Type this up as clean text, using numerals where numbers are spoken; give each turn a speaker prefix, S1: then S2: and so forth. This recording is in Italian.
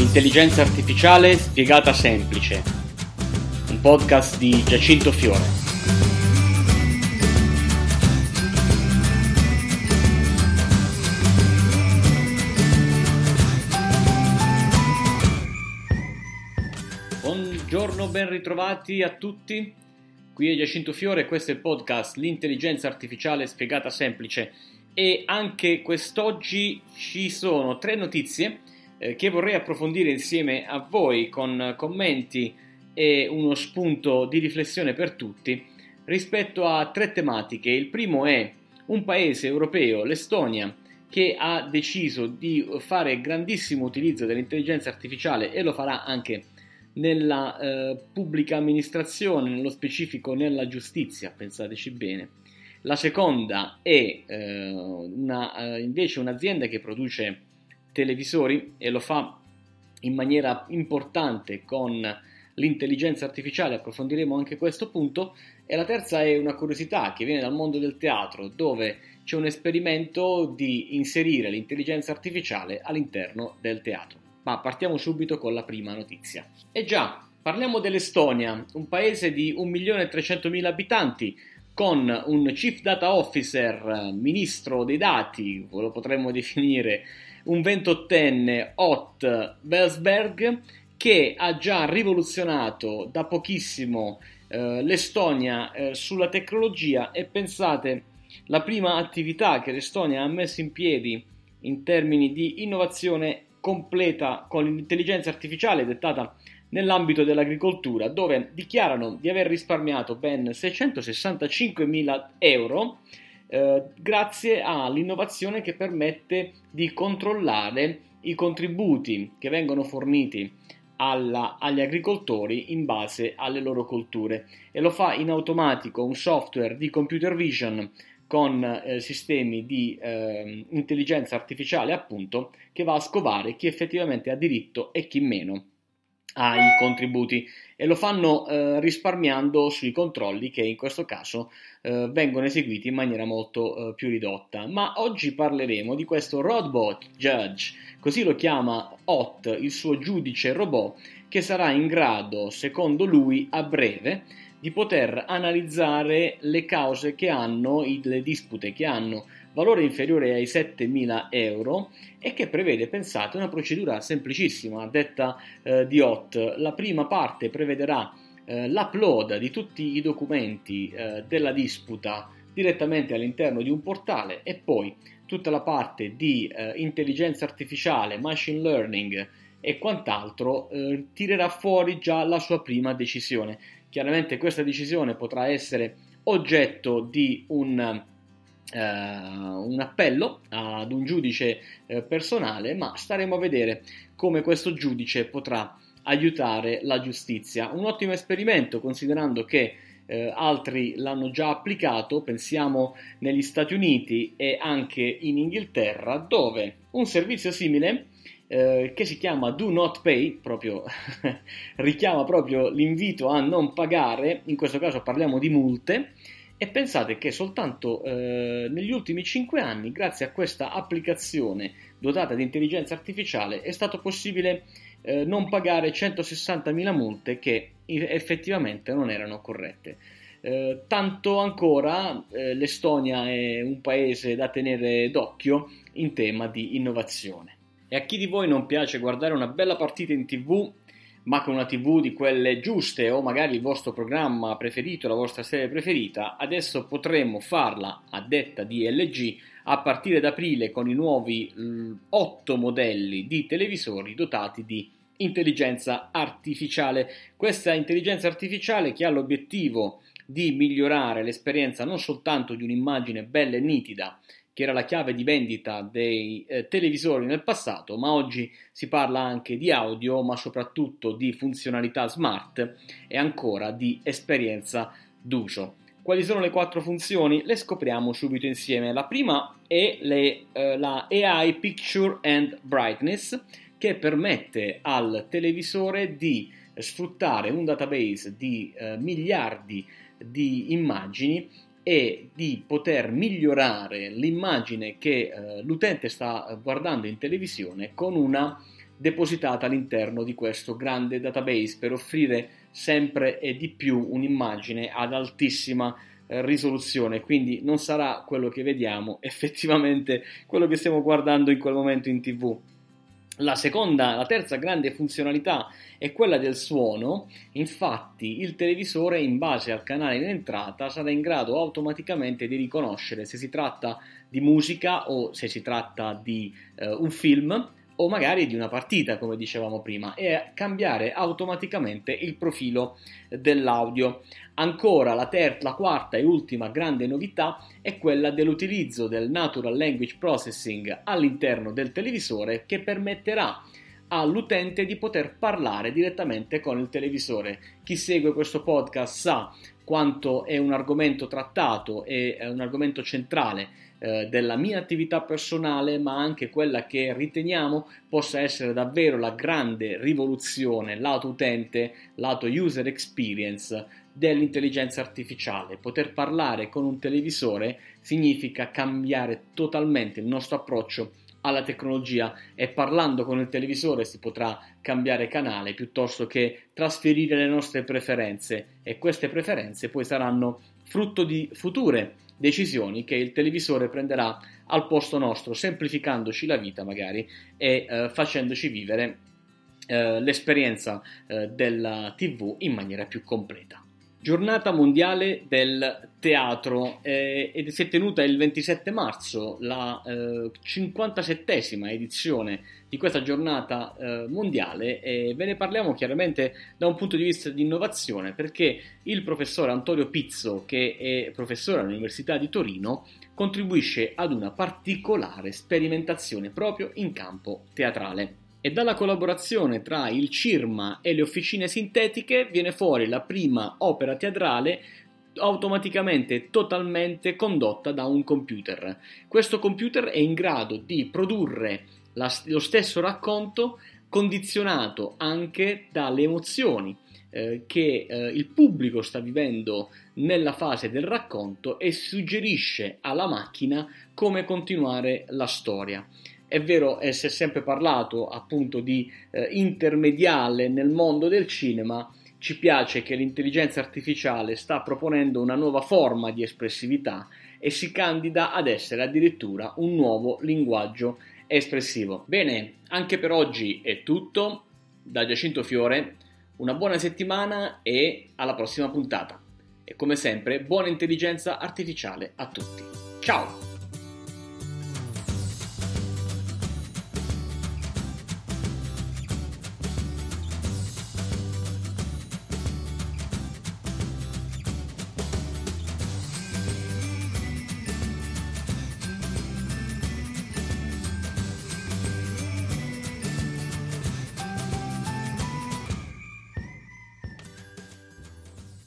S1: Intelligenza artificiale spiegata semplice, un podcast di Giacinto Fiore. Buongiorno, ben ritrovati a tutti. Qui è Giacinto Fiore, questo è il podcast L'intelligenza artificiale spiegata semplice e anche quest'oggi ci sono 3 notizie che vorrei approfondire insieme a voi con commenti e uno spunto di riflessione per tutti rispetto a 3 tematiche. Il primo è un paese europeo, l'Estonia, che ha deciso di fare grandissimo utilizzo dell'intelligenza artificiale e lo farà anche nella pubblica amministrazione, nello specifico nella giustizia, pensateci bene. La seconda è invece un'azienda che produce televisori e lo fa in maniera importante con l'intelligenza artificiale, approfondiremo anche questo punto. E la terza è una curiosità che viene dal mondo del teatro, dove c'è un esperimento di inserire l'intelligenza artificiale all'interno del teatro. Ma partiamo subito con la prima notizia. E già, parliamo dell'Estonia, un paese di 1.300.000 abitanti, con un Chief Data Officer, ministro dei dati, lo potremmo definire un 28enne, Ott Belsberg, che ha già rivoluzionato da pochissimo l'Estonia sulla tecnologia. E pensate, la prima attività che l'Estonia ha messo in piedi in termini di innovazione completa con l'intelligenza artificiale dettata nell'ambito dell'agricoltura, dove dichiarano di aver risparmiato ben 665.000 euro grazie all'innovazione che permette di controllare i contributi che vengono forniti agli agricoltori in base alle loro colture, e lo fa in automatico un software di computer vision con sistemi di intelligenza artificiale, appunto, che va a scovare chi effettivamente ha diritto e chi meno ai contributi, e lo fanno risparmiando sui controlli che in questo caso vengono eseguiti in maniera molto più ridotta. Ma oggi parleremo di questo Robot Judge, così lo chiama Ott, il suo giudice robot, che sarà in grado, secondo lui, a breve di poter analizzare le cause che hanno, le dispute che hanno valore inferiore ai 7.000 euro, e che prevede, pensate, una procedura semplicissima, detta di Ott. La prima parte prevederà l'upload di tutti i documenti della disputa direttamente all'interno di un portale, e poi tutta la parte di intelligenza artificiale, machine learning e quant'altro tirerà fuori già la sua prima decisione. Chiaramente questa decisione potrà essere oggetto di un appello ad un giudice personale, ma staremo a vedere come questo giudice potrà aiutare la giustizia. Un ottimo esperimento, considerando che altri l'hanno già applicato. Pensiamo negli Stati Uniti e anche in Inghilterra, dove un servizio simile che si chiama Do Not Pay, proprio richiama proprio l'invito a non pagare. In questo caso parliamo di multe, e pensate che soltanto negli ultimi 5 anni, grazie a questa applicazione dotata di intelligenza artificiale, è stato possibile non pagare 160.000 multe che effettivamente non erano corrette. Tanto ancora l'Estonia è un paese da tenere d'occhio in tema di innovazione. E a chi di voi non piace guardare una bella partita in TV, ma con una TV di quelle giuste, o magari il vostro programma preferito, la vostra serie preferita, adesso potremmo farla a detta di LG a partire da aprile con i nuovi 8 modelli di televisori dotati di intelligenza artificiale. Questa intelligenza artificiale che ha l'obiettivo di migliorare l'esperienza non soltanto di un'immagine bella e nitida, che era la chiave di vendita dei televisori nel passato, ma oggi si parla anche di audio, ma soprattutto di funzionalità smart e ancora di esperienza d'uso. Quali sono le 4 funzioni? Le scopriamo subito insieme. La prima è la AI Picture and Brightness, che permette al televisore di sfruttare un database di miliardi di immagini e di poter migliorare l'immagine che l'utente sta guardando in televisione con una depositata all'interno di questo grande database per offrire sempre e di più un'immagine ad altissima risoluzione, quindi non sarà quello che vediamo effettivamente, quello che stiamo guardando in quel momento in TV. La terza grande funzionalità è quella del suono. Infatti il televisore, in base al canale in entrata, sarà in grado automaticamente di riconoscere se si tratta di musica o se si tratta di un film o magari di una partita, come dicevamo prima, e cambiare automaticamente il profilo dell'audio. Ancora la quarta e ultima grande novità è quella dell'utilizzo del Natural Language Processing all'interno del televisore, che permetterà all'utente di poter parlare direttamente con il televisore. Chi segue questo podcast sa quanto è un argomento trattato, è un argomento centrale della mia attività personale, ma anche quella che riteniamo possa essere davvero la grande rivoluzione lato utente, lato user experience dell'intelligenza artificiale. Poter parlare con un televisore significa cambiare totalmente il nostro approccio alla tecnologia, e parlando con il televisore si potrà cambiare canale piuttosto che trasferire le nostre preferenze, e queste preferenze poi saranno frutto di future decisioni che il televisore prenderà al posto nostro, semplificandoci la vita magari e facendoci vivere l'esperienza della TV in maniera più completa. Giornata mondiale del teatro, ed si è tenuta il 27 marzo la 57esima edizione di questa giornata mondiale, e ve ne parliamo chiaramente da un punto di vista di innovazione, perché il professore Antonio Pizzo, che è professore all'Università di Torino, contribuisce ad una particolare sperimentazione proprio in campo teatrale. E dalla collaborazione tra il CIRMA e le officine sintetiche viene fuori la prima opera teatrale automaticamente e totalmente condotta da un computer. Questo computer è in grado di produrre lo stesso racconto, condizionato anche dalle emozioni che il pubblico sta vivendo nella fase del racconto, e suggerisce alla macchina come continuare la storia. È vero, si è sempre parlato appunto di intermediale nel mondo del cinema. Ci piace che l'intelligenza artificiale sta proponendo una nuova forma di espressività e si candida ad essere addirittura un nuovo linguaggio espressivo. Bene, anche per oggi è tutto. Da Giacinto Fiore, una buona settimana e alla prossima puntata. E come sempre, buona intelligenza artificiale a tutti. Ciao!